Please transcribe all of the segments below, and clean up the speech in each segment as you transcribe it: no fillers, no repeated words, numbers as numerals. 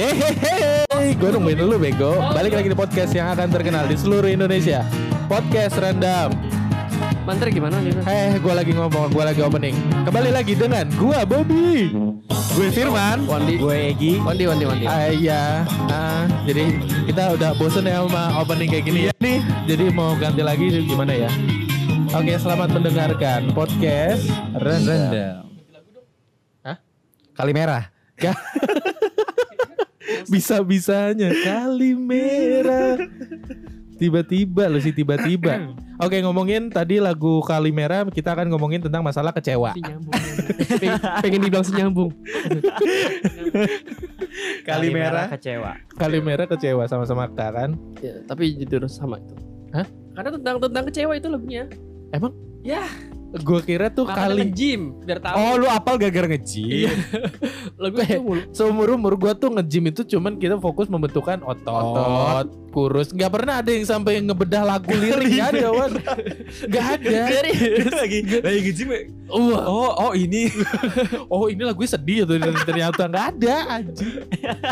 Hehehe, gue nungguin dulu bego. Balik lagi di podcast yang akan terkenal di seluruh Indonesia. Podcast Random. Mantar gimana nih? Gue lagi ngomong, gue lagi opening. Kembali lagi dengan gue Bobby, gue Firman, Wandi, gue Egi. Wandi. Iya. Jadi kita udah bosen ya sama opening kayak gini ya nih. Jadi mau ganti lagi gimana ya? Oke, selamat mendengarkan podcast Random. Hah? Kalimera. Bisa-bisanya Kalimera. Tiba-tiba lu sih tiba-tiba. Oke, ngomongin tadi lagu Kalimera, kita akan ngomongin tentang masalah kecewa. Pengen dibilang senyambung. Kalimera kecewa. Kalimera kecewa sama-sama K kan? Ya, tapi jujur sama itu. Hah? Karena tentang kecewa itu lagunya. Emang? Ya. Gue kira tuh Makanya nge-gym biar tahu. Oh, lu apal gara-gara nge-gym? Lagu itu mulu. Seumur-umur gue tuh nge-gym itu cuman kita fokus membentukkan otot, kurus. Gak pernah ada yang sampai ngebedah lagu lirik. Gak ada, Wan. Gak ada. lagi nge-gym. Oh ini. Oh, ini lagunya sedih tuh. Ternyata gak ada anjing.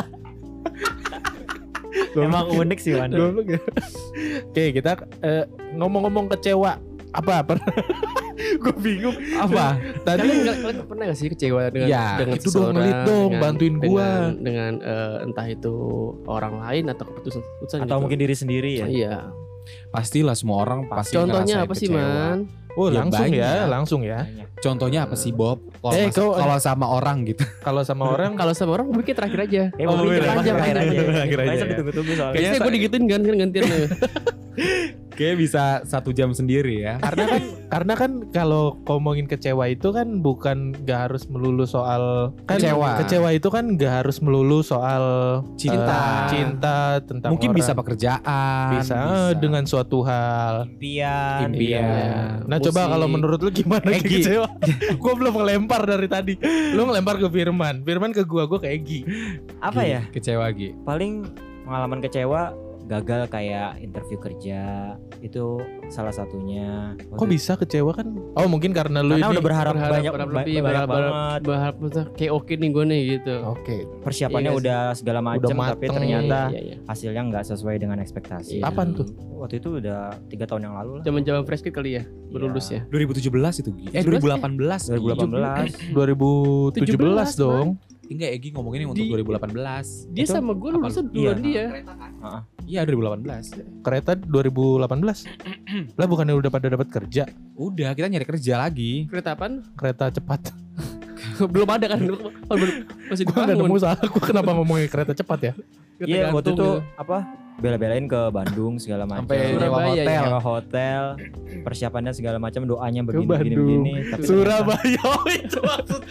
Emang unik sih, Wan. Oke, kita ngomong-ngomong kecewa. Apa? Gue bingung. Apa? Tadi kalian pernah gak sih kecewa dengan ya, dengan itu dong, ngelit dong, bantuin gua dengan entah itu orang lain atau keputusan Atau gitu. mungkin diri sendiri ya. Iya. Pastilah semua orang pasti Contohnya ngerasain apa sih, kecewa. Man? Oh, Ya, langsung ya. Contohnya apa sih, Bob? kau- Kalau sama orang gitu. Kalau sama orang Kalau sama orang gue pikir terakhir aja. Oh, terakhir terakhir aja. Terakhir aja, Sampai ya. tunggu-tunggu soalnya. Biasanya gue digituin kan gantian. Kayak bisa 1 jam sendiri ya. karena kan kalau ngomongin kecewa itu kan bukan gak harus melulu soal kan kecewa itu kan gak harus melulu soal cinta tentang Mungkin orang. bisa pekerjaan, bisa dengan suatu hal Impian. Nah, coba kalau menurut lu gimana Egi. kecewa? Gue belum ngelempar dari tadi. Lu ngelempar ke Firman ke gue ke Egi. Apa ya? Kecewa Gi. Paling pengalaman kecewa gagal kayak interview kerja itu salah satunya. Kok bisa kecewa kan? Oh, mungkin karena lu Karena ini udah berharap banyak lebih banget. berharap kayak oke nih gue nih gitu. Oke. Persiapannya Iya, udah segala macam tapi mateng. ternyata Iya. hasilnya nggak sesuai dengan ekspektasi. Iya. Apaan tuh? Waktu itu udah 3 tahun yang lalu lah. Zaman fresh kid kali ya, baru lulus ya. 2017 itu Gi. 17? 2018. 2018. 2017 dong. Enggak, Egi ngomongin yang untuk Di- 2018. Dia Itu sama gue lulusnya duluan dia. Iya, 2018. Kereta 2018. Lah bukannya udah pada dapat kerja? Udah, kita nyari kerja lagi. Kereta apaan? Kereta cepat. Belum ada kan? Masih Gue gak nemu dibangun. salah. Gue kenapa ngomongin kereta cepat ya? Kereta Iya, waktu gantung itu gitu. apa? Bela-belain ke Bandung segala macam. Sampai nyewa hotel. Nyewa hotel, persiapannya segala macam, doanya Ke begini Bandung. tapi Surabaya. Oh, itu maksud.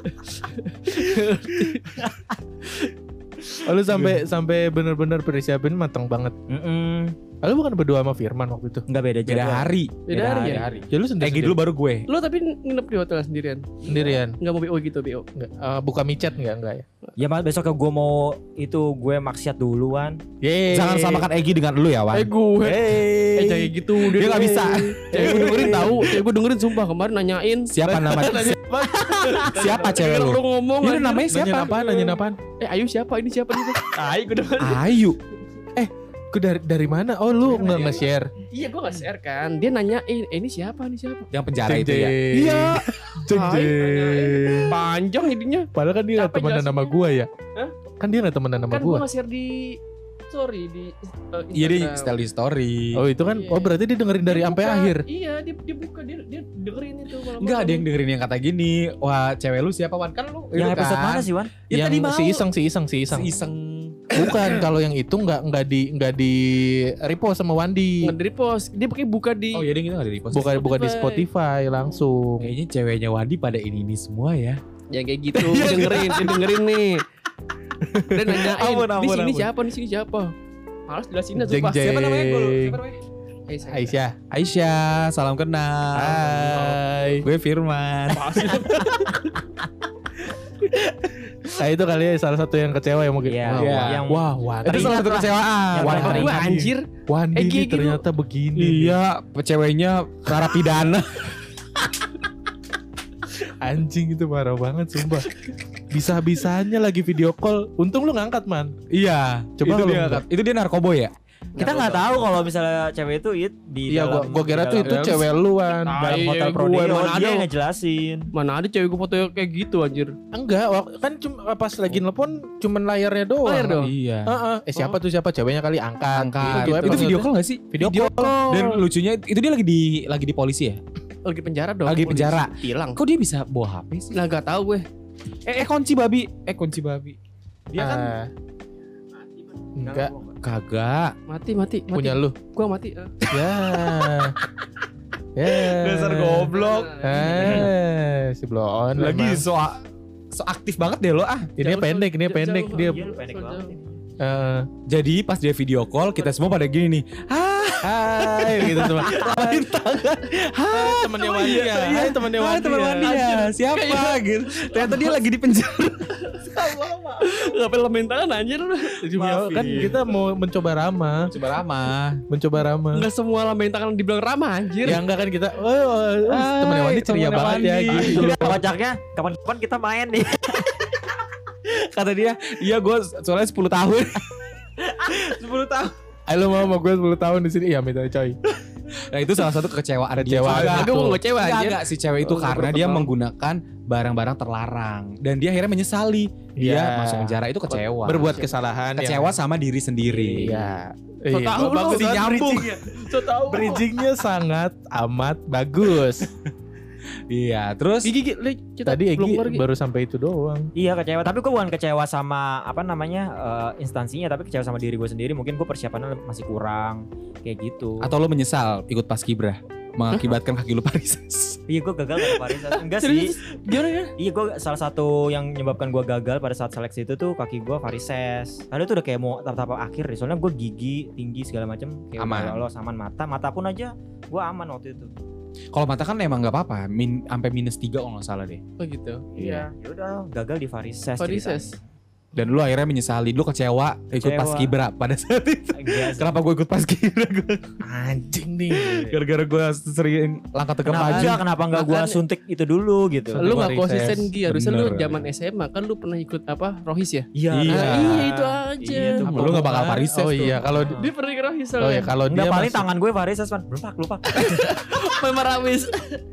Oh, lu sampai bener-bener persiapin matang banget. Lu bukan berdua sama Firman waktu itu? Enggak beda Beda jadwal. hari. Beda hari ya? Ya lu sendiri. Egi dulu baru gue. Lo tapi nginep di hotel sendirian? Sendirian. Enggak mau BO gitu, BO. Enggak, buka micet enggak ya? Ya mas besok gue mau itu gue maksiat duluan. Yeay. Jangan samakan Egi dengan lu ya, Wan. Gue. Hey. Jangan gitu. Dia nggak bisa. Gue dengerin tahu. Gue dengerin sumpah kemarin nanyain. Siapa namanya? Siapa cewek Lu lu? ngomong. Ini namanya Nanyain siapa? Nanyain apaan? Ayu siapa? Ini siapa nih? Ayu gue dengerin. Ayu. Gue dari mana? Oh, lu nggak nge-share? Iya gue gak share kan. Dia nanyain, ini siapa? Ini siapa? Yang penjara itu ya. Iya. Ceng Hai, jeng. Panjang jadinya. Padahal kan dia nggak Capek temenan sama jelasinnya. gua ya. Hah? Kan dia nggak temenan sama Kan gue gua. gak share di story di Iya, di Instagram. style di story. Oh, itu kan. Iya. Oh, berarti dia dengerin dari Dia sampai buka. akhir. Iya dia buka dia dengerin itu malam-malam. Enggak ada yang dengerin yang kata gini. Wah, cewek lu siapa, Wan? Kan lu Yang itu episode kan. mana sih Wan? Ya tadi Yang mau. si iseng. Iseng. Bukan, kalau yang itu nggak di repost sama Wandi. Nggak di repost. Dia pakai buka di. Oh, iya ding, itu enggak di repost. Buka di Spotify langsung. Kayaknya ceweknya Wandi pada ini semua ya. Yang kayak gitu. Dia dengerin nih. Dan nanyain, Ampun, di sini ampun. siapa? Di sini siapa? Harus jelasin dah Jeng sumpah. jeng. Siapa namanya? Siapa namanya? Aisyah. Aisyah, salam kenal. Hai. Gue Firman. Nah, itu kali ya salah satu yang kecewa ya mungkin. Iya, Wah, yang- wah, Wandi. Itu salah satu kecewaan. Yang Wah, paling Gue teringat. anjir. Wandi Egi, ini Egi, ternyata begini. Iya, ceweknya narapidana. Anjing itu parah banget sumpah. Bisa-bisanya lagi video call. Untung lu ngangkat, Man. Iya. Coba itu kalau dia enggak. itu dia narkoboy ya? Kita nggak tahu kalau misalnya cewek itu di Iya, dalam gua kira tuh di itu dalam- cewek luan. dalam Iya, hotel gue Prodeo mana dia ada. yang ngejelasin. Mana ada cewek gue foto kayak gitu anjir. Enggak, kan cuma pas lagi nelpon cuman layarnya doang. Layar doang? Iya. Heeh. Siapa tuh ceweknya kali angkat. Itu episode. video call gak sih? Video call. Dan lucunya itu dia lagi di polisi ya? Lagi penjara dong. Lagi penjara. Tilang. Kok dia bisa bawa HP sih? Lah gak tahu gue. Kunci babi. Kunci babi. Dia kan Ah, enggak kagak. Mati. punya lu. Gua mati. Ya. Ya. Dasar goblok. Si bloon. Lagi emang. so aktif banget deh lo ah. Ini pendek, dia. Iya, lu pendek banget ini. Jadi pas dia video call kita semua pada gini nih. Hai gitu semua. Lain tangan. Hai temannya Wandi ya. Hai temannya Hai Wandi. teman Wandi ya. Siapa gitu. Ternyata dia lagi di penjara. Ngapain lemin tangan anjir udah. Kan kita mau mencoba ramah. Coba ramah. Enggak semua lemin tangan dibilang ramah anjir. Ya enggak kan kita. Temannya Wandi ceria temannya banget ya Wandi. gitu. Kocaknya kapan-kapan kita main nih. Kata dia, iya gue soalnya 10 tahun. 10 tahun. Ayo lu mau gue 10 tahun di sini. Iya minta coy. Nah itu salah satu kekecewaan dia. Kekecewaan. juga. Agak mau ngecewa anjir. Enggak si cewek itu Oh, karena nggak dia pernah. menggunakan barang-barang terlarang dan dia akhirnya menyesali. Dia Iya. masuk penjara itu kecewa. Berbuat kesalahan. kecewa sama diri sendiri. Iya. So tahu lu bagus nyambung. So tahu. Bridgingnya sangat amat bagus. Iya, terus Gigi kita Tadi belum Egi keluar, Gi. baru sampai itu doang. Iya kecewa, tapi gue bukan kecewa sama instansinya, tapi kecewa sama diri gue sendiri. Mungkin gue persiapannya masih kurang kayak gitu. atau lo menyesal ikut paskibrah mengakibatkan kaki lu parises. Iya gue gagal pada varises. Enggak Serius? sih. Gimana ya? Iya gue salah satu yang menyebabkan gue gagal pada saat seleksi itu tuh kaki gue varises. Padahal itu udah kayak mau tahap akhir deh. Soalnya gue gigi tinggi segala macam kayak Aman. udah lolos aman mata pun aja gue aman waktu itu. Kalau mata kan emang nggak apa-apa, sampai -3 kalau nggak salah deh. Oh gitu. Iya. Ya udah gagal di varises. Varises. ceritanya. Dan lu akhirnya menyesali, lu kecewa ikut Kecewa. paskibra pada saat itu. Enggak sih. Kenapa gue ikut paskibra? Anjing nih. Gara-gara gue sering langkah tegap maju. Kenapa enggak gue Makanya- suntik itu dulu gitu. Lu Gua gak riset. konsisten Gi. Harusnya lu Bener. zaman SMA kan lu pernah ikut apa? Rohis ya? Iya. Iya. Nah, iya itu aja. Iya tuh. Lu nggak bakal parises Oh tuh. iya kalau Dia pernah ikut Rohis oh ya kalau dia Enggak paling masuk, tangan gue varises man. Lupa. Memang Rawis.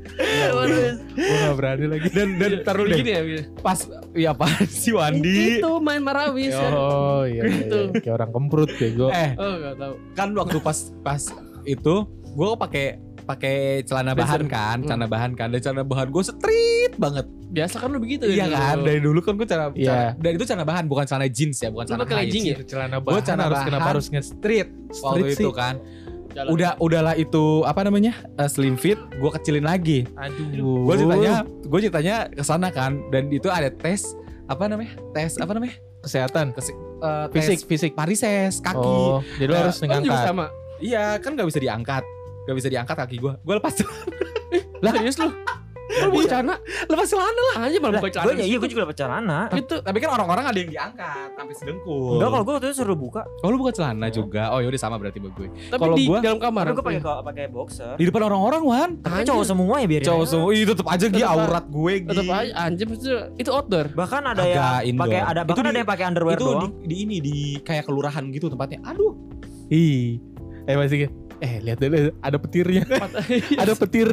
gue gak berani lagi. Dan taruh deh. Gini ya. Gini. Pas ya pas si Wandi. Itu main Marawis ya. Oh iya, Gitu. iya. Kayak orang kemprut bego. Oh gak tahu. Kan waktu pas itu gue pakai celana bahan kan, celana bahan kan. Dan celana bahan gue street banget. Biasa kan lu begitu Iya ya. kan, dari dulu kan gue Iya. dan itu celana bahan bukan celana jeans ya, bukan Lu celana pakai legging ya? Celana Gue bahan celana harus bahan kenapa harus street waktu Street itu sih. kan. Jalan. Udahlah itu apa namanya slim fit, gue kecilin lagi. Aduh. Gue ceritanya ke sana kan, dan itu ada tes apa namanya Kesehatan. fisik Fisik. parises kaki. Oh, jadi lo Nah, harus Oh, juga ngangkat. sama. Iya kan nggak bisa diangkat kaki gue lepas Lah serius lu? Lu buka celana? lepas celana lah. Aja malah buka celana. Gue juga dapat celana. Itu Tapi kan orang-orang ada yang diangkat sampai sedengkul. Enggak kalau gue waktu itu suruh buka. Oh lu buka celana juga. Oh yaudah sama berarti buat gue. tapi Kalau di gua- dalam kamar. Tapi gue pakai boxer. Di depan orang-orang Wan. Tapi cowok semua ya biarin. Cowok aja. semua itu tetap aja dia Tetep aurat gue Tetep aja anjir itu outdoor. Bahkan ada Agak yang indoor. pakai Itu ada yang pakai underwear itu doang. di kayak kelurahan gitu tempatnya. Aduh. Ih. Masih lihat dulu ada petirnya. Ada petir.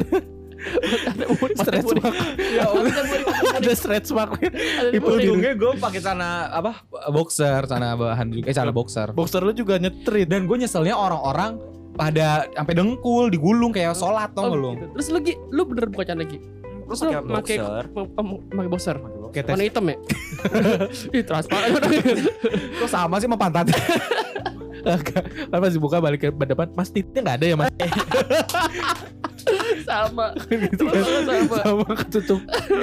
Stretch mark. Ya Allah. Ada stretch mark. Itu Ujungnya gue pakai celana apa boxer, celana bahan juga, celana boxer. Boxer lu juga nyetrit. Dan gue nyeselnya orang-orang pada sampai dengkul, digulung kayak sholat tau nggak lu? gitu. Terus lu bener buka celana lagi. Terus lu pakai pakai boxer. Kayak tes. Warna hitam ya? Ih transparan. Kok sama sih sama pantat? Kan pas dibuka balik ke depan, Mas titnya nggak ada ya Mas? Sama. Gitu kan. Sama. Sama ketutup.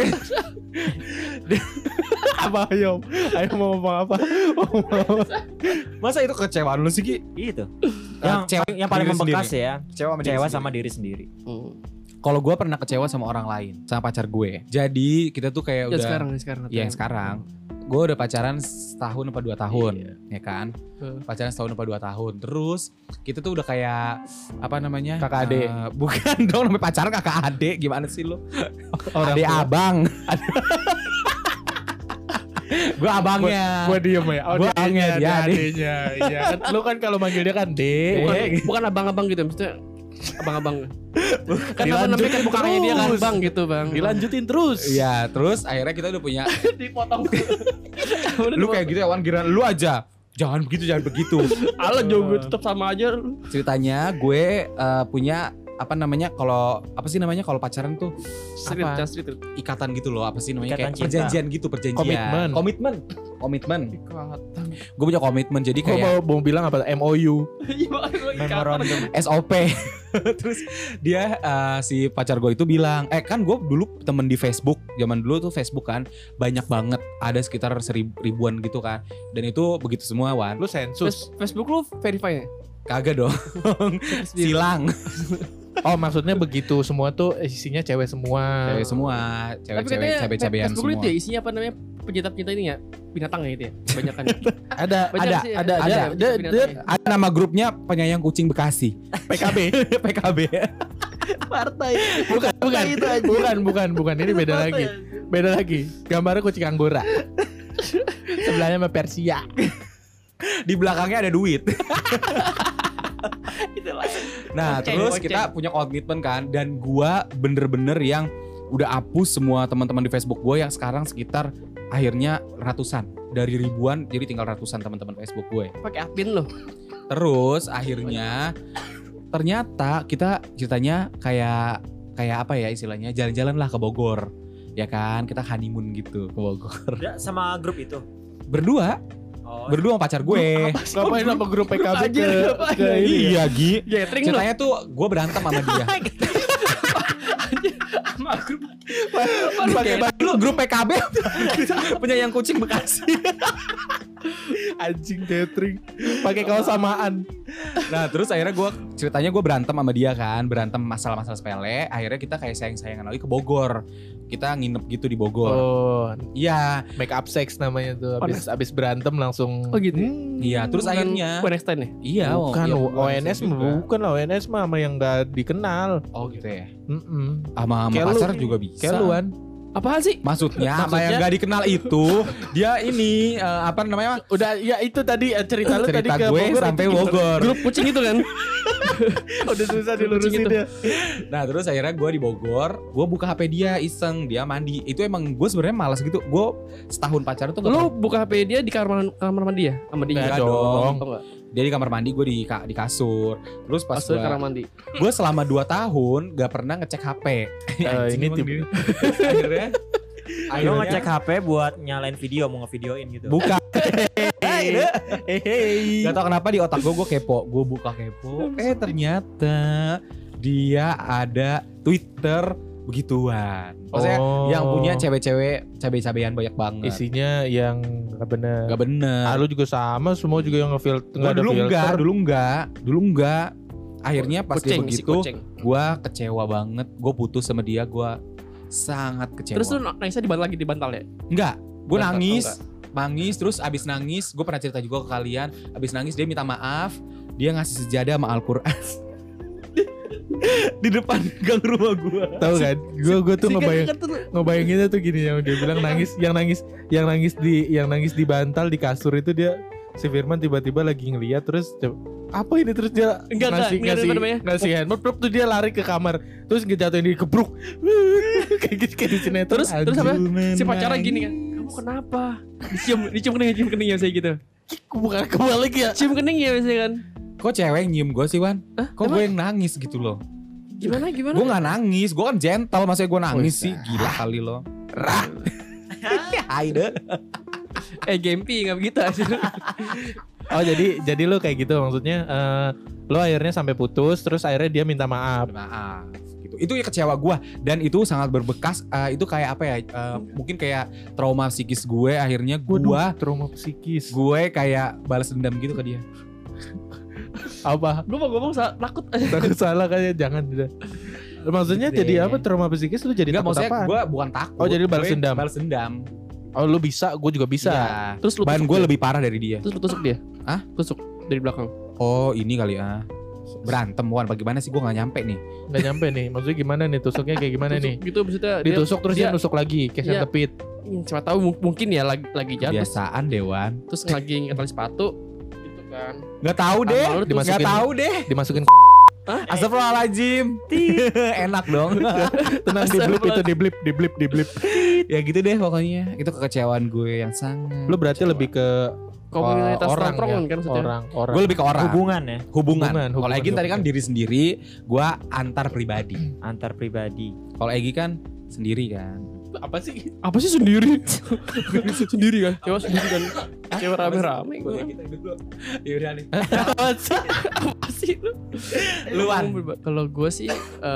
Apa ayo mau ngomong apa? Masa itu kecewaan lu sih Ki? Itu. Yang paling diri membekas sendiri. ya. Kecewa sama diri sendiri. Kalau gue pernah kecewa sama orang lain, sama pacar gue. Jadi kita tuh kayak Ya udah sekarang. yang sekarang. Gue udah pacaran setahun apa 2 tahun, ya kan? Pacaran setahun apa 2 tahun. Terus kita tuh udah kayak apa namanya? Kakak adik. Bukan dong, namanya pacaran kakak adik. Gimana sih lu? Orang Adik tua. abang. Gue abangnya. Gua diem ya. Gua abangnya, dia adiknya. Iya kan lu kan kalau manggil dia kan Bukan abang-abang gitu, maksudnya abang-abang. Kan Dilanjutin namanya kan bukan kayak dia kan terus. bang gitu bang. dilanjutin terus. Iya, terus akhirnya kita udah punya. Dipotong. Lu kayak gitu ya Wan, kira lu aja. Jangan begitu. Alah juga tetap sama aja. Ceritanya gue punya apa namanya kalau pacaran tuh apa? Ikatan gitu loh, apa sih namanya, Ikatan kayak cinta. perjanjian gitu, perjanjian. Komitmen. Komitmen. Gue punya komitmen, jadi Gua kayak mau bilang apa? MOU. Memorandum. SOP. Terus dia si pacar gue itu bilang, kan gue dulu temen di Facebook. Zaman dulu tuh Facebook kan banyak banget, ada sekitar ribuan gitu kan. Dan itu begitu semua Wan. Lu sensus. Facebook lu verify ya? Kagak dong. Silang. Oh maksudnya begitu semua tuh isinya cewek semua. Cewek semua, Tapi cewek-cewek, katanya cabe-cabean Facebook semua. itu ya isinya apa namanya, pencinta-pencinta ini ya, binatang ya itu ya, kebanyakan. Ada Banyak sih, ada ada binatangnya. Ada nama grupnya Penyayang Kucing Bekasi. PKB. PKB. Partai. Bukan ini beda lagi. Beda lagi. Gambarnya kucing anggora. Sebelahnya sama Persia. Di belakangnya ada duit. Nah, terus Goceng. kita punya komitmen kan, dan gua bener-bener yang udah hapus semua teman-teman di Facebook gue yang sekarang sekitar akhirnya ratusan, dari ribuan jadi tinggal ratusan teman-teman Facebook gue. Pakai admin lo. Terus akhirnya ternyata kita ceritanya kayak apa ya istilahnya, jalan-jalan lah ke Bogor. Ya kan, kita honeymoon gitu ke Bogor. Udah sama grup itu. Berdua sama pacar gue. Ngapain sama grup PKB Anjir, ngapain? ke ini ya? Iya Gi. Gathering lo. Ceritanya tuh gue berantem sama dia. Sama grup. Pakai baju grup PKB. Penyayang Kucing Bekasi. Anjing gathering. Pakai kaos samaan. Nah terus akhirnya ceritanya gue berantem sama dia kan. Berantem masalah-masalah sepele. Akhirnya kita kayak sayang-sayangan lagi ke Bogor. Kita nginep gitu di Bogor. Oh, Iya. make up sex namanya tuh. Abis berantem langsung. Oh gitu. Iya, terus akhirnya One Next Time ya? iya, Bukan, iya, ONS juga. bukan lah, ONS mah sama yang gak dikenal. Oh gitu ya. Kayak lu- Pacar juga bisa. Kayak luan. Apaan sih? Maksudnya sama yang gak dikenal itu dia ini apa namanya? Udah ya itu tadi cerita lu tadi Cerita ke gue Bogor sampai itu gimana? Bogor. Grup kucing itu kan? Udah susah dilurusin Itu. dia. Nah terus akhirnya gue di Bogor, gue buka HP dia iseng, dia mandi. Itu emang gue sebenarnya malas gitu. Gue setahun pacaran tuh Lu buka HP dia di kamar mandi ya? Sama dia? Enggak Enggak dong. Oh, enggak. Dia di kamar mandi, gue di kasur. Terus pas Pas kamar mandi. gue selama 2 tahun gak pernah ngecek HP. Anjing ini emang tipe- dia. Akhirnya Lo ngecek HP buat nyalain video, mau ngevideoin gitu. buka. Hey. Gak tau kenapa di otak gue kepo. Gue buka kepo. Ternyata dia ada Twitter begituan. Maksudnya Oh. yang punya cewek-cewek cabe-cabean banyak banget. Isinya yang gak bener. Gak bener. Lu juga sama, semua juga yang ngefilter. Gua dulu enggak. Akhirnya pas dia Kucing, si begitu, kucing. gue kecewa banget. Gue putus sama dia. Gue sangat kecewa. Terus lu nangisnya dibantal ya? Enggak, gue Bantal, nangis, terus abis nangis, gue pernah cerita juga ke kalian, abis nangis dia minta maaf, dia ngasih sejadah sama Al-Quran di depan gang rumah gue. Tahu kan? Gue tuh ngebayanginnya tuh gini, yang dia bilang yang nangis di bantal di kasur itu dia, si Firman tiba-tiba lagi ngeliat terus apa ini, terus dia ngasih handphone, pluk, tuh dia lari ke kamar, terus ngejatuhin diri, kebruk. kayak di sinetron. Terus apa? Si pacarnya gini kan, kamu kenapa? Dicium keningnya saya gitu. Bukan kebalik ya. Cium keningnya biasanya kan. Kok cewek yang nyium gue sih Wan? Hah? Kok gue yang nangis gitu loh? Gimana? Gue gak nangis, gue kan gentle, maksudnya gue nangis sih, gila kali lo. Aida. Gempi gak begitu aja. Oh jadi lu kayak gitu maksudnya, lu akhirnya sampai putus, terus akhirnya dia minta maaf. Maaf gitu. Itu ya kecewa gue, dan itu sangat berbekas. Itu kayak apa ya, mungkin kayak trauma psikis gue. Akhirnya Trauma psikis. gue kayak balas dendam gitu ke dia. Apa? Gue mau ngomong takut aja. Takut salah kayaknya, jangan udah. Maksudnya Gitu jadi deh. apa, trauma psikis lu jadi Enggak, takut maksudnya apaan? gue bukan takut. Oh, jadi balas Gue dendam. Balas dendam. Oh lu bisa, gue juga bisa. Iya. Terus lu Bahan tusuk gue dia? lebih parah dari dia. Terus lu tusuk dia? Hah? Tusuk dari belakang. Oh ini kali ya. Berantem Wan, bagaimana sih gue gak nyampe nih. Nggak nyampe nih. Maksudnya gimana nih tusuknya kayak gimana nih? Gitu maksudnya Ditusuk terus dia nusuk lagi kayak Iya. sentepit. Siapa tahu mungkin ya lagi jalan Kebiasaan Dewan. terus lagi ngetali sepatu gitu kan. Gak tahu deh. Sama lu tuh dimasukin- Gak tahu deh. Dimasukin Astagfirullahaladzim. Enak dong. tenang di blip. Ya gitu deh pokoknya. Itu kekecewaan gue yang sangat. Lu berarti lebih ke Komunitas orang tongkrongan ya? kan maksudnya. Orang. Gue lebih ke orang. Hubungan ya, Hubungan. Hubungan. Kalau Egi tadi kan diri sendiri, gue antar pribadi. antar pribadi. Kalau Egi kan sendiri kan. Apa sih sendiri? Sendiri kan. Cewek sendiri kan. Cewek rame-rame gue. Yaudah nih. Apa sih lu? Luan. Kalau gue sih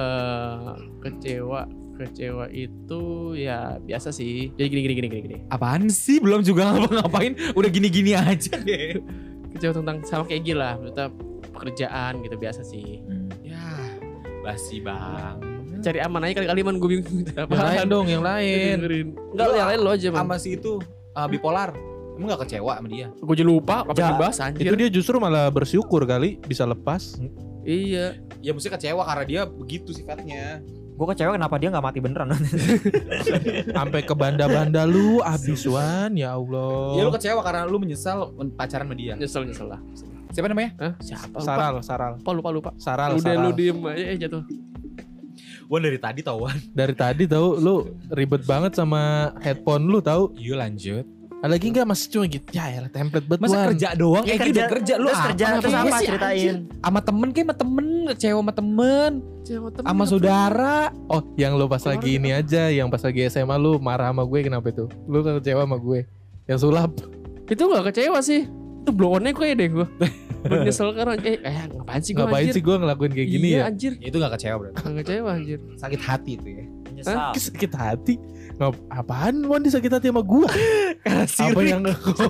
kecewa itu ya biasa sih. Jadi gini. Apaan sih? Belum juga ngapa-ngapain. Udah gini-gini aja deh. Kecewa tentang sama kayak gini lah. Maksudnya pekerjaan gitu biasa sih. Ya, basi bang. Cari aman aja kali-kali man gue bingung. Yang lain dong, yang lain. Enggak, yang lain lo aja man. Sama si itu bipolar. Emang gak kecewa sama dia? Gue jadi lupa apa yang dibahas anjir. Itu dia justru malah bersyukur kali bisa lepas. Iya. Ya mesti kecewa karena dia begitu sifatnya. Gue kecewa kenapa dia nggak mati beneran. Sampai ke banda-banda lu abis Wan, ya Allah. Ya lu kecewa karena lu menyesal pacaran sama dia. Nyesel lah. Siapa namanya? Hah? Siapa? Saral. Lupa. Saral. Udah lu diem aja jatuh. Wan dari tadi tau Wan. Dari tadi tahu lu ribet banget sama headphone lu tahu. Yuk lanjut. Ada lagi enggak masih cuma gitu. Ya elah template banget Masa Wan. kerja doang? Ya, Egi udah kerja lu terus kerja terus namanya apa sih, ceritain? anjir? Sama temen kayak sama temen. Kecewa sama temen. Cewek temen Sama apa? saudara. Oh, yang lu pas lagi ini aja, yang pas lagi SMA lu marah sama gue kenapa itu? Lu kecewa sama gue. Yang sulap. Itu gak kecewa sih. Itu blow on-nya gue deh gue. Menyesal karena ngapain sih gue Ngapain anjir. sih gue ngelakuin kayak gini Iya ya? anjir. Itu gak kecewa berarti. Gak kecewa anjir. Sakit hati itu ya. Menyesal. Sakit hati. Apaan Wan disakit hati sama gue? Apa yang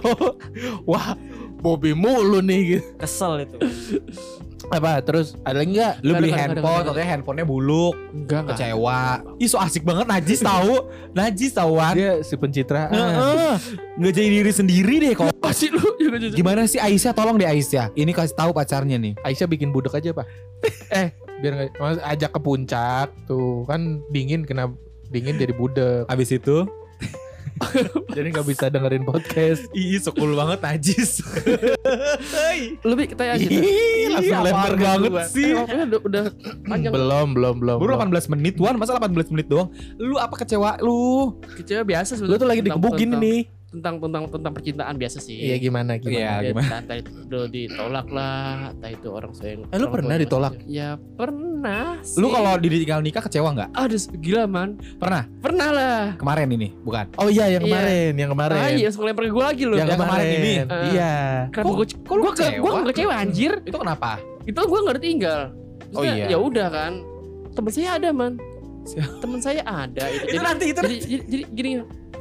wah Bobby mulu nih gitu. Kesel itu. Apa terus ada lagi nggak? Lu Nggak beli ada. handphone, katanya handphonenya buluk. Enggak. Kecewa. Ih so asik banget najis tahu. Najis tauan. Dia si pencitraan. Nggak jadi diri sendiri deh kok. Apa sih lu? Gimana sih Aisyah, tolong deh Aisyah. Ini kasih tahu pacarnya nih. Aisyah bikin budek aja pak. Biar nggak ajak ke puncak tuh kan dingin kena dingin jadi budek. Abis itu Jadi nggak bisa dengerin podcast. ih so cool banget najis. Lebih kita aja. Ih, langsung lempar banget gua. sih. Udah panjang. Belum. Baru 18 menit Wan, masa 18 menit doang? Lu apa kecewa lu? Kecewa biasa Lu sebetulnya. tuh lagi dikebukin nih. Tentang percintaan biasa sih. Iya gimana? Iya. Ya, gimana? entah itu udah ditolak lah, entah itu orang sayang. Lu pernah ditolak? Ya pernah sih. Lu kalau ditinggal nikah kecewa nggak? Aduh gila man. Pernah? Pernah lah. Kemarin ini, bukan? Oh iya yang Iya. kemarin, yang Ah kemarin. iya langsung lempar ke gue lagi loh. Yang Yang kemarin kemarin ini. Iya. Kenapa Kok- gue kok lu kecewa? gue kecewa anjir. Itu kenapa? Itu gue gak ditinggal. Oh Maksudnya, iya. Ya udah kan. Temen saya ada man. Temen saya ada. Itu nanti, itu Jadi gini.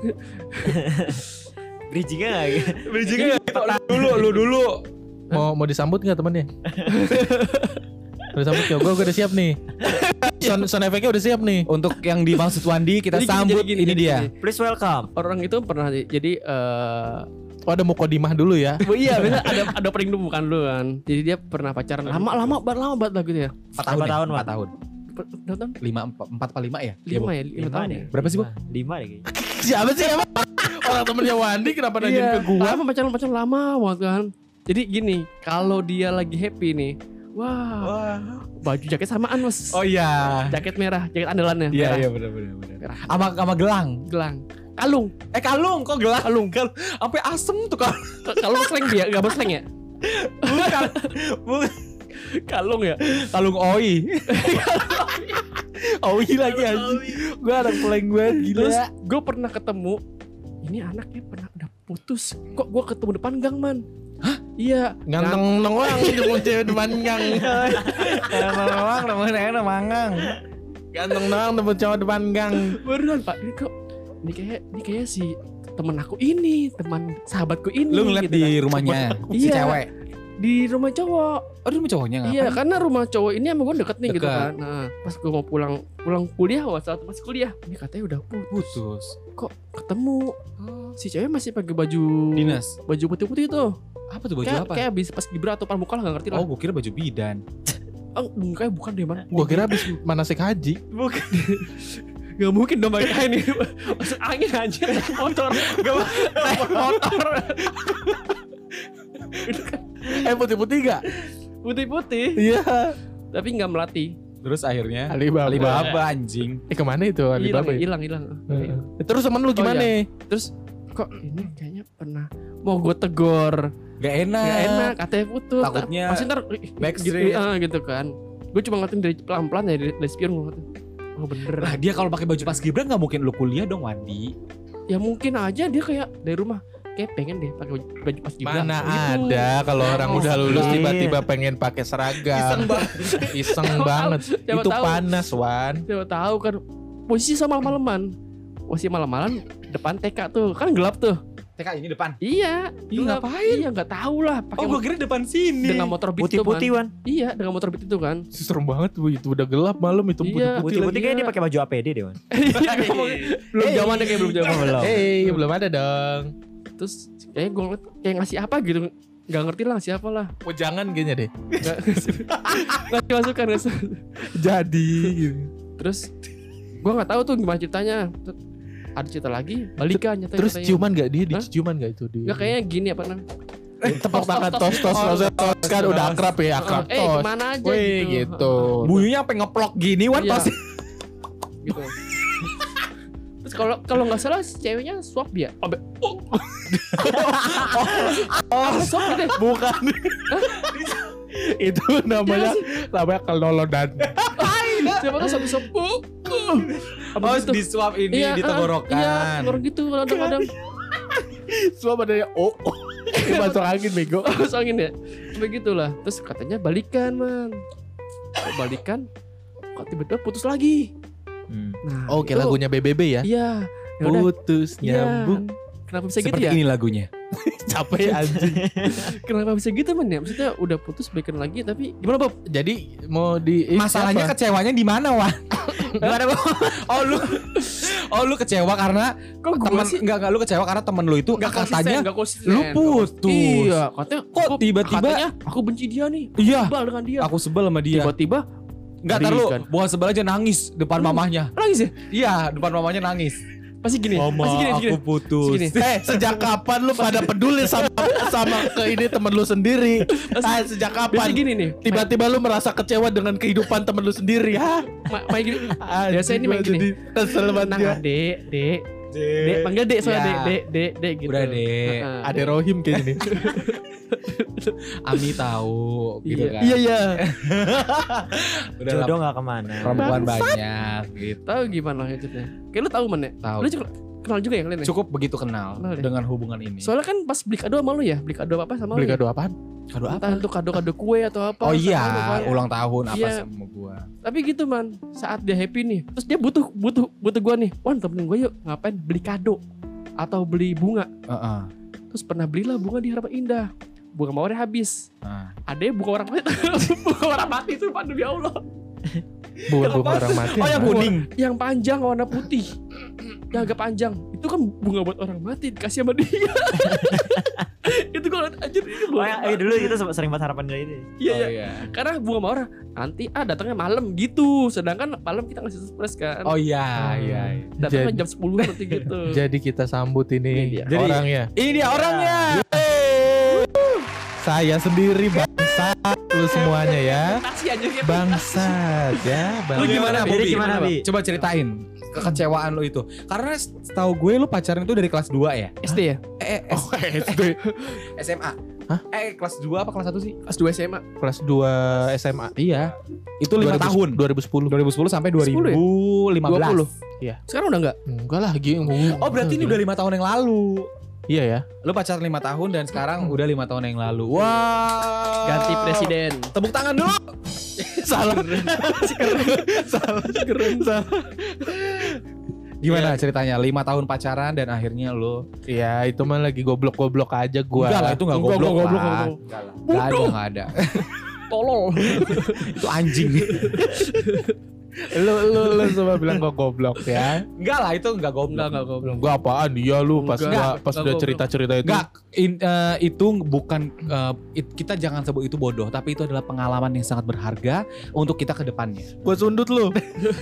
Bridgingnya nggak gitu. Bridgingnya lu dulu. Mau disambut nggak temennya? Mau disambut ya? Gue udah siap nih. Sound efeknya udah siap nih. Untuk yang dimaksud Wandi kita Jadi gini, sambut jadi gini, ini jadi dia. gini. Please welcome. Orang itu pernah jadi Oh ada mukodimah dulu ya. iya biasa ada opening dulu bukan dulu kan. Jadi dia pernah pacaran lama banget lah gitu ya. 4 tahun. Berapa tahun, 4 Wan? tahun. Berapa tahun? 4 apa 5 ya? 5 ya, 5 tahun ya. Berapa sih, Bu? 5 deh kayaknya. Siapa sih emang? Orang temennya Wandi kenapa nanyain ke gua? Lama pacaran lama banget kan. Jadi gini, kalau dia lagi happy nih, wah, baju jaket samaan mas. Oh iya. Jaket merah, jaket andalannya. Iya merah. iya benar. Merah. Sama gelang. Gelang, kalung, Kalung kok gelang? Kalung. Sampai asem tuh kalung. kalung slang dia, gak slang ya? Bukan. Kalung ya. Kalung oi. Oh iya lagi anjing. Gue ada plank banget gila. Terus gue pernah ketemu, ini anaknya pernah udah putus. Kok gue ketemu depan gang man? Hah? Iya. Ganteng doang di cewek depan gang. Ganteng doang namanya mangang. Ganteng doang temu cowok depan gang. Beneran pak, ini kok ini kayak si temen aku ini, teman sahabatku ini. Lu ngeliat gitu di kan. rumahnya si Iya. cewek. Di rumah cowok. Oh di rumah cowoknya ngapain? Iya, karena rumah cowok ini sama gue deket nih gitu Dekat. kan. Nah, pas gue mau pulang kuliah, waktu masih kuliah, ini katanya udah putus. Putus. Kok ketemu si cewek masih pakai baju Dinas. baju putih-putih tuh. Apa tuh baju Kayak apa? kayak habis pas Gibra atau Pramuka lah, gak ngerti lah. Oh gue kira baju bidan. Kayak bukan deh man. Gua kira habis manasik haji. Bukan. Gak mungkin dong pakai ini. Masuk angin aja motor. Naik motor. Putih-putih gak? Putih-putih. Iya. Tapi gak melatih. Terus akhirnya Alibaba. anjing. Kemana itu Alibaba? Hilang. Terus temen lu gimana? Terus kok ini kayaknya pernah mau gue tegor. Gak enak. Gak enak, katanya putus. Takutnya Masih ntar backstreet. gitu kan. Gue cuma ngatain dari pelan-pelan ya dari spion gue ngatain. Oh bener. Lah dia kalau pakai baju pas Gibran nggak mungkin lu kuliah dong Wandi. Ya mungkin aja dia kayak dari rumah kayak pengen deh pakai baju pas Gibran. Mana Gitu. ada kalau orang udah lulus Iya. tiba-tiba pengen pakai seragam. Iseng banget. Siapa Itu tahu. panas, Wan. Siapa tahu kan posisi sama malam-malaman. Posisi malam-malam depan TK tuh kan gelap tuh. TK ini depan. Iya. Ih, gelap. ngapain? Iya nggak tahu lah. Pakai Oh gue kira depan sini. dengan motor beat itu Putih-putih kan. Wan. Iya dengan motor beat itu kan. Serem banget Bu, itu udah gelap malam itu Iya. putih-putih. Putih-putih kayaknya dia pakai baju APD deh Wan. Belum zamannya kayak belum zaman. Belum. Belum ada dong. Terus kayak gue kayak ngasih apa gitu. Gak ngerti lah ngasih apa lah. Oh jangan kayaknya deh. Ngasih masukan. Jadi gitu. Terus gue nggak tahu tuh gimana ceritanya. Ada cerita lagi balikan nyata Terus ciuman gak dia? Diciuman gak itu dia? Nggak kayaknya gini apa namanya. Tepuk tangan tos kan udah akrab ya, akrab tos. Kemana aja Wih gitu. Bunyinya sampai ngeplok gini Wan Iya. pasti. Gitu. Terus kalau nggak salah ceweknya swap ya. Swap deh. Bukan. Itu namanya kelolodan. Siapa tuh swap. Oh di swap ini di tenggorokan. Iya, tenggorok gitu kadang-kadang. Suap ada yang masuk angin bego. Terus angin ya. Begitulah. Terus katanya balikan man. Kok balikan? Kok tiba-tiba putus lagi? Nah, Oke, itu- lagunya BBB ya. Iya. Ya udah. Putus Iya. nyambung. Kenapa bisa gitu Seperti ya? ini lagunya. Capek anjing. Kenapa bisa gitu man ya? Maksudnya udah putus balikan lagi tapi gimana Bob? Jadi mau di Masalahnya siapa? kecewanya di mana Wan? Gimana Bob? Oh lu kecewa karena Kok temen enggak lu kecewa karena temen lu itu katanya gak konsisten. lu putus. Iya, katanya Kok tiba-tiba katanya aku benci dia nih. Iya. Sebel dengan dia. Aku sebel sama dia. Tiba-tiba Enggak tar lu, balikan. bukan sebel aja nangis depan mamahnya. nangis ya? Iya, depan mamahnya nangis. Pasti gini. Pasti gini. putus. Segini. Sejak kapan lu pada peduli sama ke ini temen lu sendiri? Sejak Biasanya kapan? gini nih. Tiba-tiba lu merasa kecewa dengan kehidupan temen lu sendiri, ha? Main gini. Biasanya ini main gini. Jadi kesel banget Nah, dia. Dek. Dek, panggil Dek soalnya Ya. Dek gitu. Udah, Dek. Heeh. Ada Rohim kayaknya nih. Ami tahu gitu kan. Iya. Udah Jodoh lah, gak kemana. perempuan banyak gitu. Tahu gimana ceritanya? Kayak lu tahu man ya? Tahu. Lu juga kenal juga ya kalian ya? Cukup begitu kenal Kenal deh. dengan hubungan ini. Soalnya kan pas beli kado sama lu ya? Beli kado apa sama Beli lu? kado apaan? Kado apa? Entah itu kado-kado kue atau apa. Oh sama lu, iya, kan. ulang tahun apa Iya. sama gua. Tapi gitu man, saat dia happy nih, terus dia butuh gua nih. Wan temenin gua yuk ngapain beli kado atau beli bunga. Heeh. Terus pernah belilah bunga di Harapan Indah. Bunga mawarnya habis. Nah. Ada bunga orang mati. Bunga orang mati itu padu ya Allah. Bukan bunga orang mati. Oh yang Mas. kuning. Yang panjang warna putih. Yang agak panjang. Itu kan bunga buat orang mati dikasih sama dia. Itu gua liat anjir ini Oh bunga. ya, dulu kita sering banget harapan dia itu. Iya, Oh iya. iya. Karena bunga mawar nanti datangnya malam gitu. Sedangkan malam kita ngasih surprise kan. Oh iya, iya. iya. Datangnya jam 10 nanti gitu. Jadi kita sambut Ini ini dia. Jadi- orangnya. Ini dia orangnya. Saya sendiri bangsat lu semuanya ya. Kasih aja gitu. Bangsat ya. Lu gimana, Jadi Bobby? gimana, Bi? Coba ceritain kekecewaan lu itu. Karena setahu gue lu pacaran itu dari kelas 2 ya? SD ya? SD. SMA. Hah? Kelas 2 apa kelas 1 sih? Kelas 2 SMA. Kelas 2 SMA. Iya. Itu 5 tahun. 2010. 2010 sampai 10 ya? 2015. 20. Sekarang udah enggak? Enggak lah, Oh berarti ini udah 5 tahun yang lalu. Iya ya. Lu pacaran 5 tahun dan sekarang udah 5 tahun yang lalu. Wah. Ganti presiden. Tepuk tangan dulu. Salah. Gimana ceritanya? 5 tahun pacaran dan akhirnya lu Ya itu mah lagi goblok-goblok aja gua. Enggak lah, itu enggak goblok, goblok, lah. goblok. Enggak lah. Enggak ada. Tolol. Itu anjing. Lu semua bilang gue goblok ya. Enggak lah, itu enggak goblok. Enggak goblok. Gue apaan dia lu pas Enggak, pas enggak udah goblok. cerita-cerita itu. Enggak, itu bukan kita jangan sebut itu bodoh, tapi itu adalah pengalaman yang sangat berharga untuk kita ke depannya. Gue sundut lu.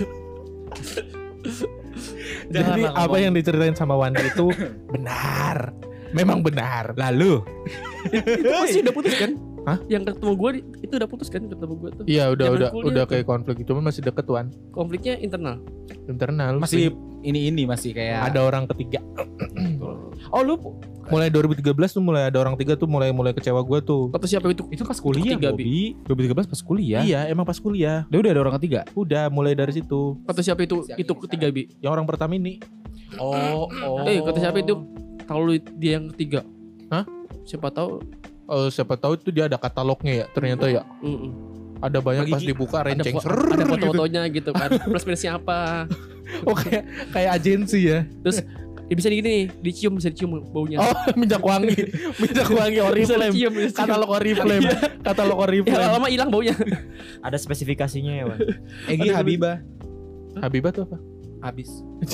Jadi Janganlah apa ngomong. yang diceritain sama Wandi itu benar. Memang benar. Lalu, Itu pasti udah putus kan? Hah? Yang ketemu gue itu udah putus kan ketemu gue tuh. Iya Zaman kuliah udah tuh. kayak konflik itu masih deket Wan. Konfliknya internal. Internal masih ini masih kayak ada orang ketiga. Oh, lu Mulai 2013 tuh mulai ada orang tiga tuh mulai kecewa gue tuh. Kata siapa itu? itu pas kuliah, Ketiga, Bobby. 2013 pas kuliah. Iya emang pas kuliah. Dia udah ada orang ketiga. Udah mulai dari situ. Kata siapa itu? Itu ketiga Bi. Yang orang pertama ini. Oh. Kata siapa itu? Kalau dia yang ketiga. Hah? Siapa tahu? Siapa tahu itu dia ada katalognya ya ternyata ya. Ada banyak pas Gigi. dibuka renceng. Ada foto-fotonya gitu kan. Plus minusnya apa? Oh kayak agensi ya. Terus ya bisa gini nih, bisa dicium baunya. Oh minyak wangi. Minyak wangi bisa Oriflame. dicium, bisa dicium. Katalog Oriflame. Katalog Ya Oriflame. lama hilang baunya. Ada spesifikasinya ya, Wan. Egi Habibah Habibah tuh apa? habis.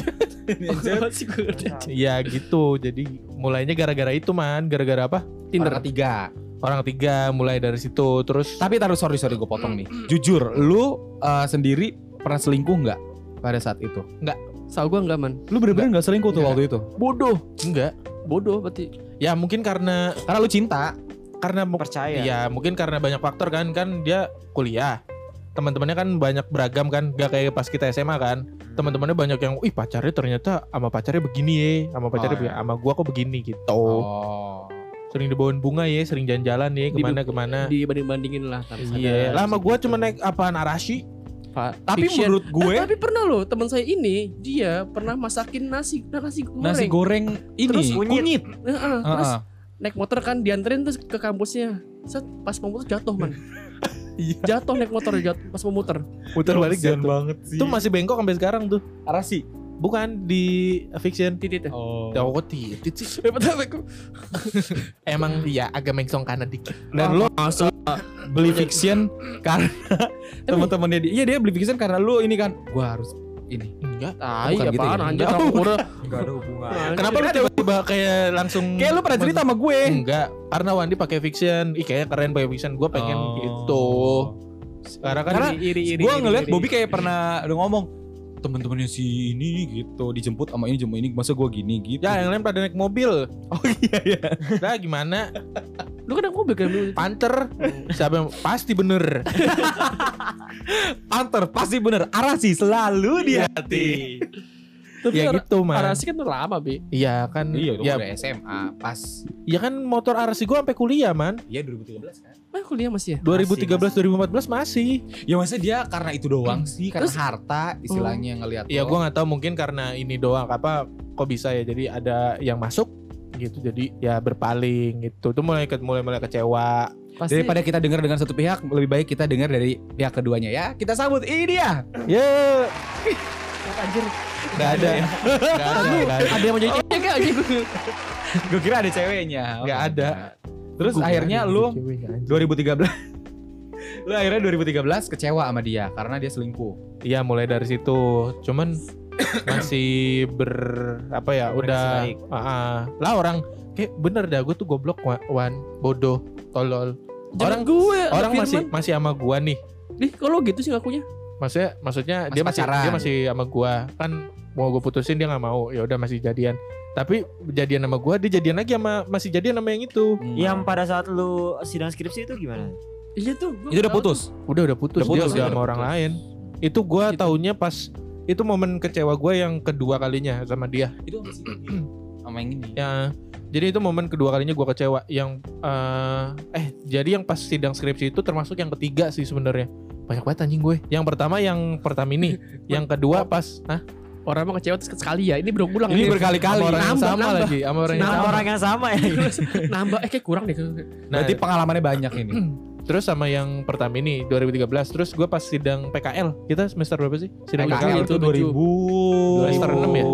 Masih gue ngerti. Ya gitu. Jadi mulainya gara-gara itu man. Gara-gara apa? Tinder. Orang ketiga. Orang tiga mulai dari situ. Terus Tapi taruh sorry gue potong nih. Jujur, lu sendiri pernah selingkuh nggak pada saat itu? Tahu gue enggak man. Lu bener-bener nggak selingkuh tuh Nggak. waktu itu? Bodoh. enggak. Bodoh berarti. Ya mungkin karena Karena lu cinta. Percaya. Iya mungkin karena banyak faktor kan dia kuliah teman-temannya kan banyak beragam kan gak kayak pas kita SMA kan teman-temannya banyak yang ih pacarnya ternyata sama pacarnya begini ya sama pacarnya Oh, iya. sama gua kok begini gitu Oh. sering dibawain bunga ya sering jalan-jalan ya kemana Dibanding-bandingin lah. iya lah sama gua cuma naik apa narasi Tapi menurut gue tapi pernah loh teman saya ini dia pernah masakin nasi goreng. nasi goreng ini Terus kunyit. Heeh, terus Heeh. naik motor kan dianterin terus ke kampusnya. Set, pas mau muter jatuh man. Jatuh naik motor pas mau muter. muter balik Kasian jatuh banget sih. itu masih bengkok sampai sekarang tuh Arasi. bukan di fiction Titit. Oh. oh titit sih Betul aku. emang iya agak mengsong kanan dikit Dan lu Masa beli fiction karena teman-temannya dia. Iya dia beli fiction karena lu ini kan. Gua harus ini. enggak tai Bukan gitu apaan ya? anjir Enggak. kamu udah. Enggak ada hubungan. kenapa lu tiba-tiba kayak langsung Kayak lu pernah cerita sama gue. Enggak, karena Wandi pakai fiction. Ih kayaknya keren pakai fiction. Gue pengen Oh. gitu. Karena kan Karena iri. Gue ngeliat Bobby kayak pernah udah ngomong temen-temennya si ini gitu dijemput sama ini masa gue gini gitu. ya yang lain pada naik mobil. Oh iya. Nah gimana? Lu kan naik mobil kan lu. Panther. Siapa yang pasti bener. Panther pasti bener. Arasi selalu di hati. Tapi Ya gitu man. Arasi kan udah lama Bi. Iya kan. Iya, itu ya, udah SMA pas. ya kan motor Arasi gue sampai kuliah man. Iya 2013 kan. Kuliah masih ya? 2013 2014 masih. Ya masa dia karena itu doang sih, karena Terus- harta istilahnya ngelihat. Ya gue nggak tahu mungkin karena ini doang apa kok bisa ya. Jadi ada yang masuk gitu. Jadi ya berpaling gitu. Tuh mulai kecewa. Pasti. Daripada kita dengar dengan satu pihak, lebih baik kita dengar dari pihak keduanya ya. Kita sambut ini dia. Ya. Anjir. Gak ada. Gak ada. Ada yang mau jadi cewek enggak anjir? Gue kira ada ceweknya. Nggak ada. Terus Gua akhirnya kira lu cewek, anjing. 2013 lu akhirnya 2013 kecewa sama dia karena dia selingkuh. Iya mulai dari situ. Cuman masih apa ya Komunikasi udah baik. lah orang kayak bener dah gue tuh goblok Wan bodoh tolol Jangan gue ada orang Firman. masih sama gua nih Ih, kalau gitu sih ngakunya. maksudnya Masih dia pacaran. masih sama gua kan mau gue putusin dia nggak mau ya udah masih jadian tapi jadian sama gua dia jadian lagi masih jadian sama yang itu Yang pada saat lu sidang skripsi itu gimana? Iya tuh. Itu udah putus. udah putus Udah putus, dia udah ya? sama orang lain itu gua Gitu. taunya pas itu momen kecewa gua yang kedua kalinya sama dia Itu apa sih? Sama yang ini. ya jadi itu momen kedua kalinya gua kecewa yang jadi yang pas sidang skripsi itu termasuk yang ketiga sih sebenarnya banyak banget anjing gue yang pertama ini yang kedua pas Orang emang kecewa terus sekali ya. Ini berulang. Ini berkali-kali. sama orang yang Nambah, sama nambah. lagi sama orang yang Nama sama orang yang sama ya. Nambah kayak kurang deh. nah Berarti pengalamannya banyak ini. terus sama yang pertama ini 2013 terus gue pas sidang PKL kita semester berapa sih sidang PKL PKL itu 2000 Semester 6 ya?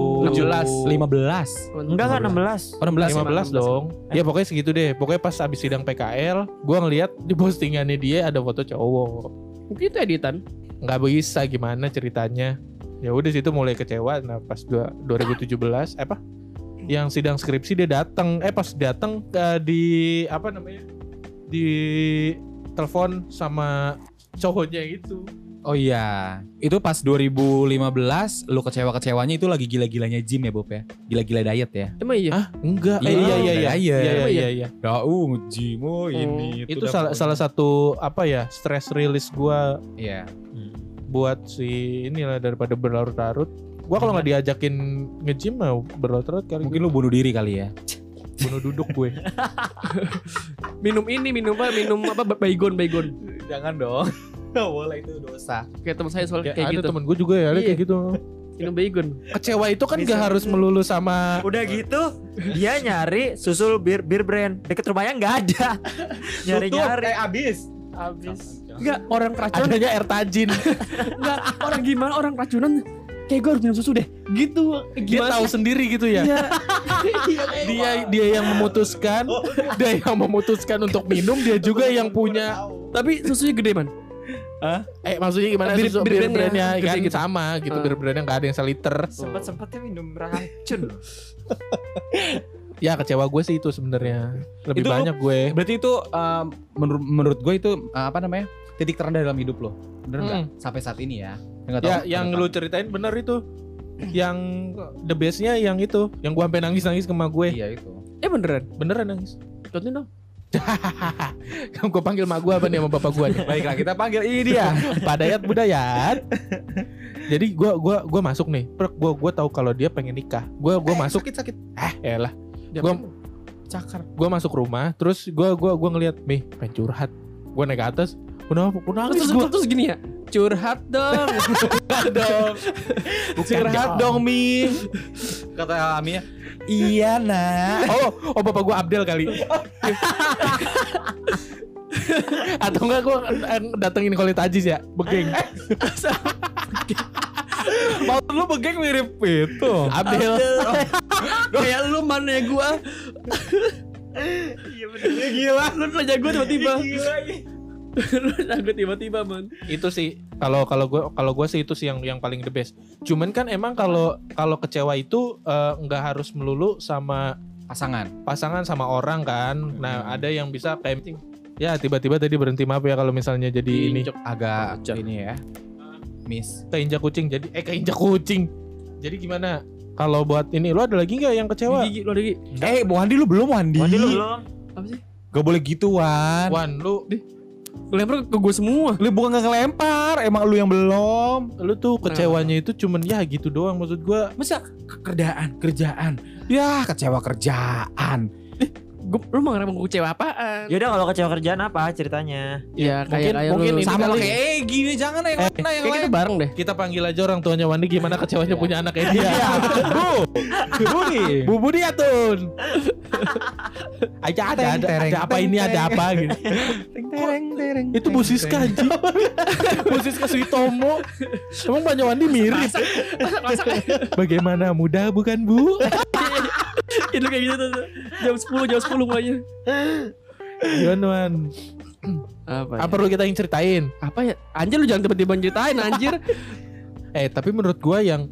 15. Enggak kan 16. Oh, 15 16. dong. Ya pokoknya segitu deh. Pokoknya pas abis sidang PKL, gua ngeliat di postingannya dia ada foto cowok. Mungkin itu editan. nggak bisa gimana ceritanya. Ya udah situ mulai kecewa. Nah pas 2017 yang sidang skripsi dia datang. Pas datang di apa namanya, di telepon sama cowoknya itu. Oh iya, itu pas 2015 lu kecewa-kecewanya itu lagi gila-gilanya gym ya Bob ya? Gila-gila diet ya? Emang iya? Enggak. Iya. Iya. Gym ini. Itu salah satu apa ya, stress release gua Iya. buat si inilah daripada berlarut-larut. Gua kalau nggak diajakin nge-gym mau berlarut-larut kali. Mungkin lu bunuh diri kali ya? bunuh duduk gue. Minum apa baygon. Jangan dong. Gak boleh, itu dosa. Kayak teman saya soal Kayak kayak ada gitu. temen gue juga ya, Iya. kayak gitu. Minum baygon. Kecewa itu kan Bisa. gak harus melulu sama. Udah gitu dia nyari susul bir brand deket rumahnya nggak ada. Nyari-nyari. abis. Enggak, orang keracunan. Adanya air tajin. Enggak, orang gimana orang keracunan. Kayak gue harus minum susu deh. Gitu. Dia tahu sendiri gitu ya. Dia yang memutuskan, untuk minum, dia juga yang punya. Tapi susunya gede man. Maksudnya gimana? Bir Bir-brandnya brandnya kan gede gitu. sama gitu. Bir-brandnya nggak ada yang seliter. Sempet-sempetnya minum racun. Ya kecewa gue sih itu sebenarnya. Lebih Itu banyak gue. Berarti itu menurut gue itu apa namanya? Titik terendah dalam hidup lo. Bener nggak? Sampai saat ini ya. Nggak Ya tahu, yang nggak lu ceritain bener itu. Yang the bestnya yang itu, yang gue sampai nangis sama tahu. gue. Iya itu. Beneran nangis. Contohin dong. Gue panggil mak gue apa nih sama bapak gue nih. Baiklah, kita panggil ini dia. Pak Dayat Budayat. Jadi gue masuk nih. Gue tahu kalau dia pengen nikah. Gue masuk. Sakit. Elah. Dia Gue Cakar. masuk rumah. Terus gue ngeliat, Mih pengen curhat. Gue naik ke atas. Kenapa? Nangis gue. Terus gini ya. Curhat dong. Curhat dong Mi. Kata Amia, iya nak. Oh bapak gue Abdel kali. Atau enggak gue datengin Khalid Aziz ya, begeng. Mau lu begeng mirip itu. Abdel. Kayak lu mana ya gua. Iya bener. Gila. Lu nanya gua tiba-tiba. Lu nanya tiba-tiba man. Itu sih kalau gue sih itu sih yang paling the best. Cuman kan emang kalau kecewa itu nggak harus melulu sama pasangan sama orang kan. Nah ada yang bisa kayak ya tiba-tiba tadi berhenti, maaf ya kalau misalnya jadi ini Agak ini ya. Miss. keinjak kucing, jadi keinjak kucing. Jadi gimana? Kalau buat ini lu ada lagi nggak yang kecewa? Gigi lu ada gigi. Wandi lu belum Wandi. Mandi lu belum? Apa sih? Gak boleh gitu Wan. Wan, lu Lempar ke gua semua. Lu bukan gak ngelempar, emang lu yang belum. tuh kecewanya itu cuman ya gitu doang, maksud gua. Masa kerjaan. Ya kecewa kerjaan. Lu mau ngerem gua kecewa apaan? Yaudah kalau kecewa kerjaan apa ceritanya? Ya kayak mungkin lu. ini Sama kali. kayak gini, jangan yang mana yang Kayak lain. kita bareng deh. Kita panggil aja orang tuanya Wandi gimana kecewanya punya anak kayak dia. Bu nih. Bu Budi Atun. ada apa ini ada apa gitu. Itu Bu Siska anjing. Bu Siska Suitomo. Emang Pak Wandi mirip. Bagaimana mudah bukan Bu? Itu kayak gitu tuh. Jam 10 mulainya. Gimana Wan? Apa? Apa perlu kita yang ceritain? Apa ya? Anjir lu jangan tiba-tiba ceritain anjir. Tapi menurut gua yang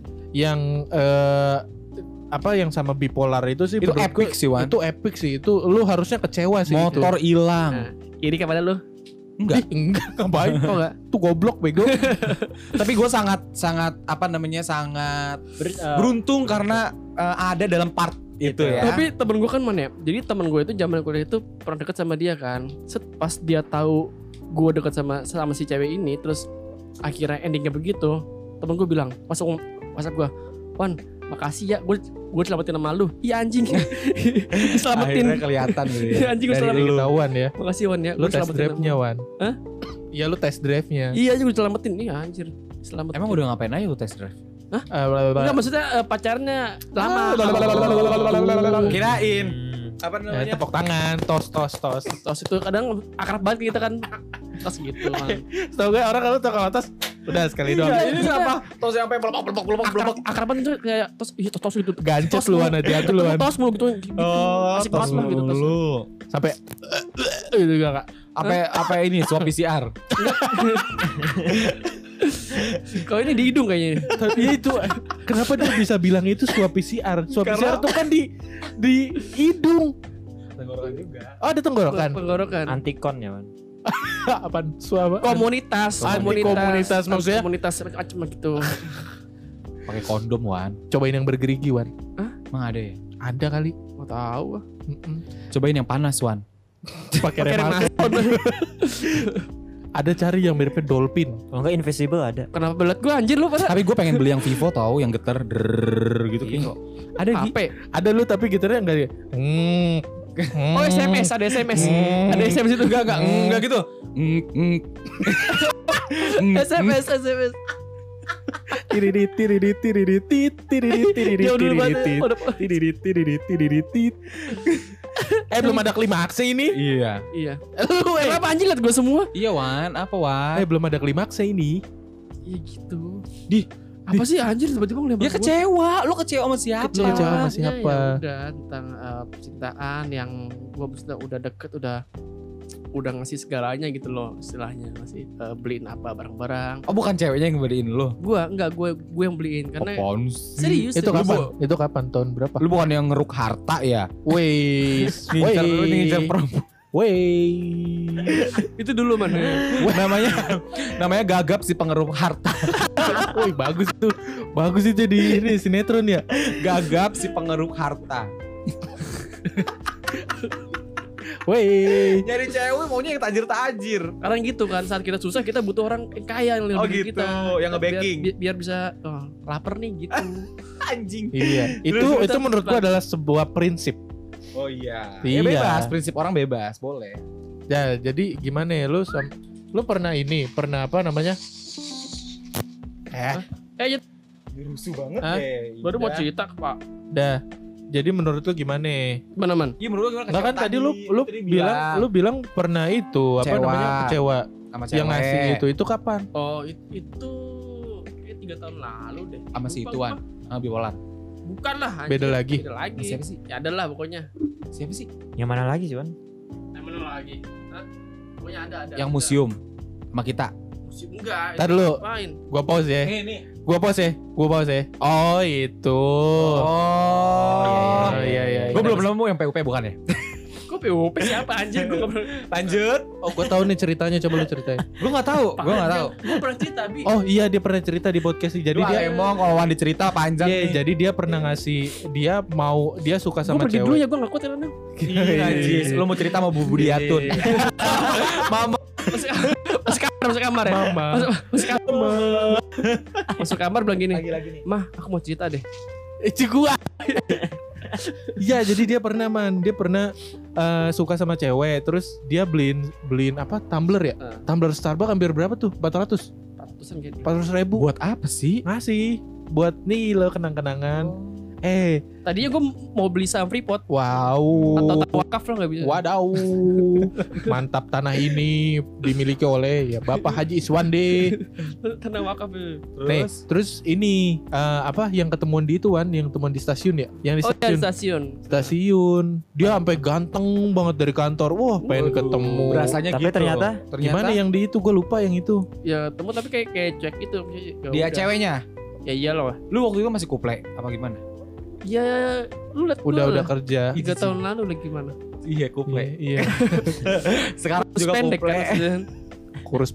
apa yang sama bipolar itu sih Itu menurut epic gua, sih, Wan. Itu epic sih. Itu lu harusnya kecewa sih. Motor hilang. Nah, kiri kepada lu. Enggak ngapain? Kok enggak? Tuh goblok bego. Tapi gue sangat apa namanya sangat beruntung karena ada dalam part itu ya. Tapi temen gue kan mana ya? Jadi temen gue itu zaman kuliah itu pernah deket sama dia kan. Pas dia tahu gue deket sama si cewek ini, terus akhirnya endingnya begitu. Temen gue bilang, masuk WhatsApp gue, Wan, makasih ya, gue selamatin sama lu. Iya anjing. Diselamatin. Akhirnya kelihatan gitu ya. Anjing gue Dari selamatin. ketahuan ya. Makasih Wan ya. Lu Gua test selamatin drive-nya sama- Wan. Hah? Iya lu test drive-nya. Iya aja gue selamatin. Iya anjir. Selamatin. Emang udah ngapain aja lu test drive? Enggak maksudnya pacarnya lama. Kirain apa tepuk tangan, tos. Tos itu kadang akrab banget kita kan. Tos gitu kan. Tahu gak orang kalau tau kalau tos udah sekali doang. Ini kenapa? Tos sampai belok. Akraban itu kayak tos gitu. Gancet lu Wan, hati-hati lu Wan. Tos mulu gitu. Asik banget lah gitu tos. Sampai gitu enggak Kak? Apa ini swab PCR? Kalau ini di hidung kayaknya. Ya itu kenapa dia bisa bilang itu swab PCR? Swab PCR tuh kan di hidung. Tenggorokan juga. Oh, ada tenggorokan. Tenggorokan. Antikon ya, Man. Apaan? Swab? Komunitas, Komunitas maksudnya? komunitas macam gitu. Pakai kondom, Wan. Cobain yang bergerigi, Wan. Emang ada ya? Ada kali. Nggak tahu. Cobain yang panas, Wan. Pakai remote. Ada cari yang mirip dolphin. Kalau enggak invisible ada. Kenapa belat gue anjir lu pada? Tapi gue pengen beli yang Vivo tau, yang getar gitu kayak. Ada Gi. HP. Ada lu tapi gitarnya enggak dia. Oh SMS, ada SMS. Ada SMS itu Enggak gitu. SMS. Belum ada klimaksnya ini. Iya. Kenapa anjir liat gue semua? Iya, Wan. Apa, Wan? Belum ada klimaksnya ini. Iya gitu. Apa sih anjir tiba-tiba ngeliat Ya kecewa. Lu kecewa sama siapa? Kecewa sama siapa? Ya udah tentang percintaan yang gue udah deket, udah ngasih segalanya gitu loh, istilahnya ngasih beliin apa barang-barang. Oh, bukan ceweknya yang beliin lu? Gue yang beliin karena Apaan sih? serius. Itu kapan? Itu kapan? Tahun berapa? Lu bukan yang ngeruk harta ya? Wes, Ngincer perempuan. Itu dulu mana? namanya gagap si pengeruk harta. Woi, bagus tuh. Bagus itu di ini sinetron ya. Gagap si pengeruk harta. Woi. Nyari cewek maunya yang tajir-tajir. Karena gitu kan, saat kita susah kita butuh orang yang kaya yang lebih gitu, kita, yang nge-backing. biar bisa lapar nih gitu. Anjing. Iya. Itu menurut gua adalah sebuah prinsip. Oh iya. Iya. Ya bebas, prinsip orang bebas, boleh. Ya, jadi gimana ya lu pernah apa namanya? Ya, Rusuh banget Hah? deh. baru mau cerita Pak. Dah. Jadi menurut lu gimana? Mana man? Iya, menurut lu gimana? Nah kan tadi lu bilang pernah itu apa Kecewa. namanya? Kecewa sama yang ngasih itu kapan? Oh itu kayak 3 tahun lalu deh. sama si Lupa Tuan, gua. sama bipolar. Bukan lah. anjir. Beda lagi. Beda lagi. Siapa sih? Ya ada lah pokoknya. Siapa sih? Yang mana lagi, Cuman? Yang mana lagi? Hah? Pokoknya ada. Yang museum sama kita. Museum enggak. Ntar dulu. Main. Gua pause ya. Nih. Gua pause ya. Oh, itu. Oh, iya. Gue belum nemu yang PUP bukan ya? Kok PUP siapa anjir? Gue gak pernah. Lanjut. Oh, gua tahu nih ceritanya, coba lu ceritain. Gue nggak tahu. Gue pernah cerita Bi. Oh iya, dia pernah cerita di podcast sih. Jadi Jadi dia emang kalau Wan dicerita panjang Iya, nih. jadi dia pernah ngasih dia suka Gue sama pergi dulu cewek. ya, gue gak kuat ya Nang. Iya, Jis. Lu mau cerita sama Bu Budiatun. Mama. Masuk kamar ya. Mama. Masuk kamar bilang gini. Lagi nih. Mah, aku mau cerita deh. Gua. Iya, jadi dia pernah suka sama cewek, terus dia beliin apa? Tumbler ya? Tumbler Starbucks hampir berapa tuh? 400 Ratusan gitu. 400.000 Buat apa sih? ngasih buat nih lo kenang-kenangan. Tadinya gue mau beli saham Freeport Wow. atau wakaf lah nggak bisa. Wadaw. Mantap, tanah ini dimiliki oleh ya Bapak Haji Iswandi. Tanah wakaf. Terus ini apa yang ketemuan di itu yang ketemuan di stasiun ya? Yang di Oh ya stasiun. stasiun. Dia sampai ganteng banget dari kantor. Wah, pengen ketemu. Berasanya Tapi gitu. ternyata Gimana yang di itu? Gue lupa yang itu. Ya temu tapi kayak cuek gitu. Ya Dia udah. ceweknya. Ya iyalah. Lu waktu itu masih kuple apa gimana? Ya lu liat Udah kerja. 3 tahun lalu lagi gimana? Iya Iya. Sekarang Terus juga pendek kuple. kan. Kurus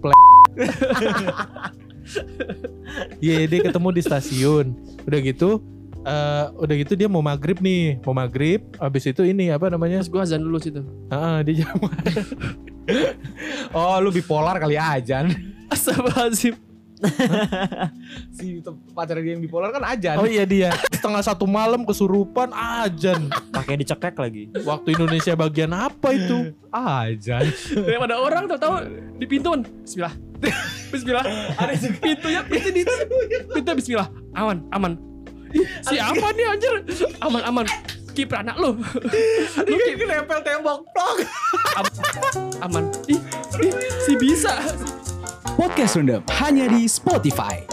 Iya, dia ketemu di stasiun. Udah gitu dia mau maghrib nih. Abis itu ini apa namanya? Terus gue azan dulu situ. Dia jam. Oh, lu bipolar kali ajan. Astagfirullahaladzim. Si pacar dia yang bipolar kan ajan. Oh iya, dia 1:30 malam kesurupan ajan. pakai dicekek lagi. Waktu Indonesia bagian apa itu? Ajan. Daripada orang tahu di pintu kan. Bismillah. Bismillah. Ada pintunya pintu Bismillah. Aman. Ih, siapa nih anjir? Aman. Kiper anak lu. Lu kiper nempel tembok plok. aman. Ih, si bisa. Podcast Random hanya di Spotify.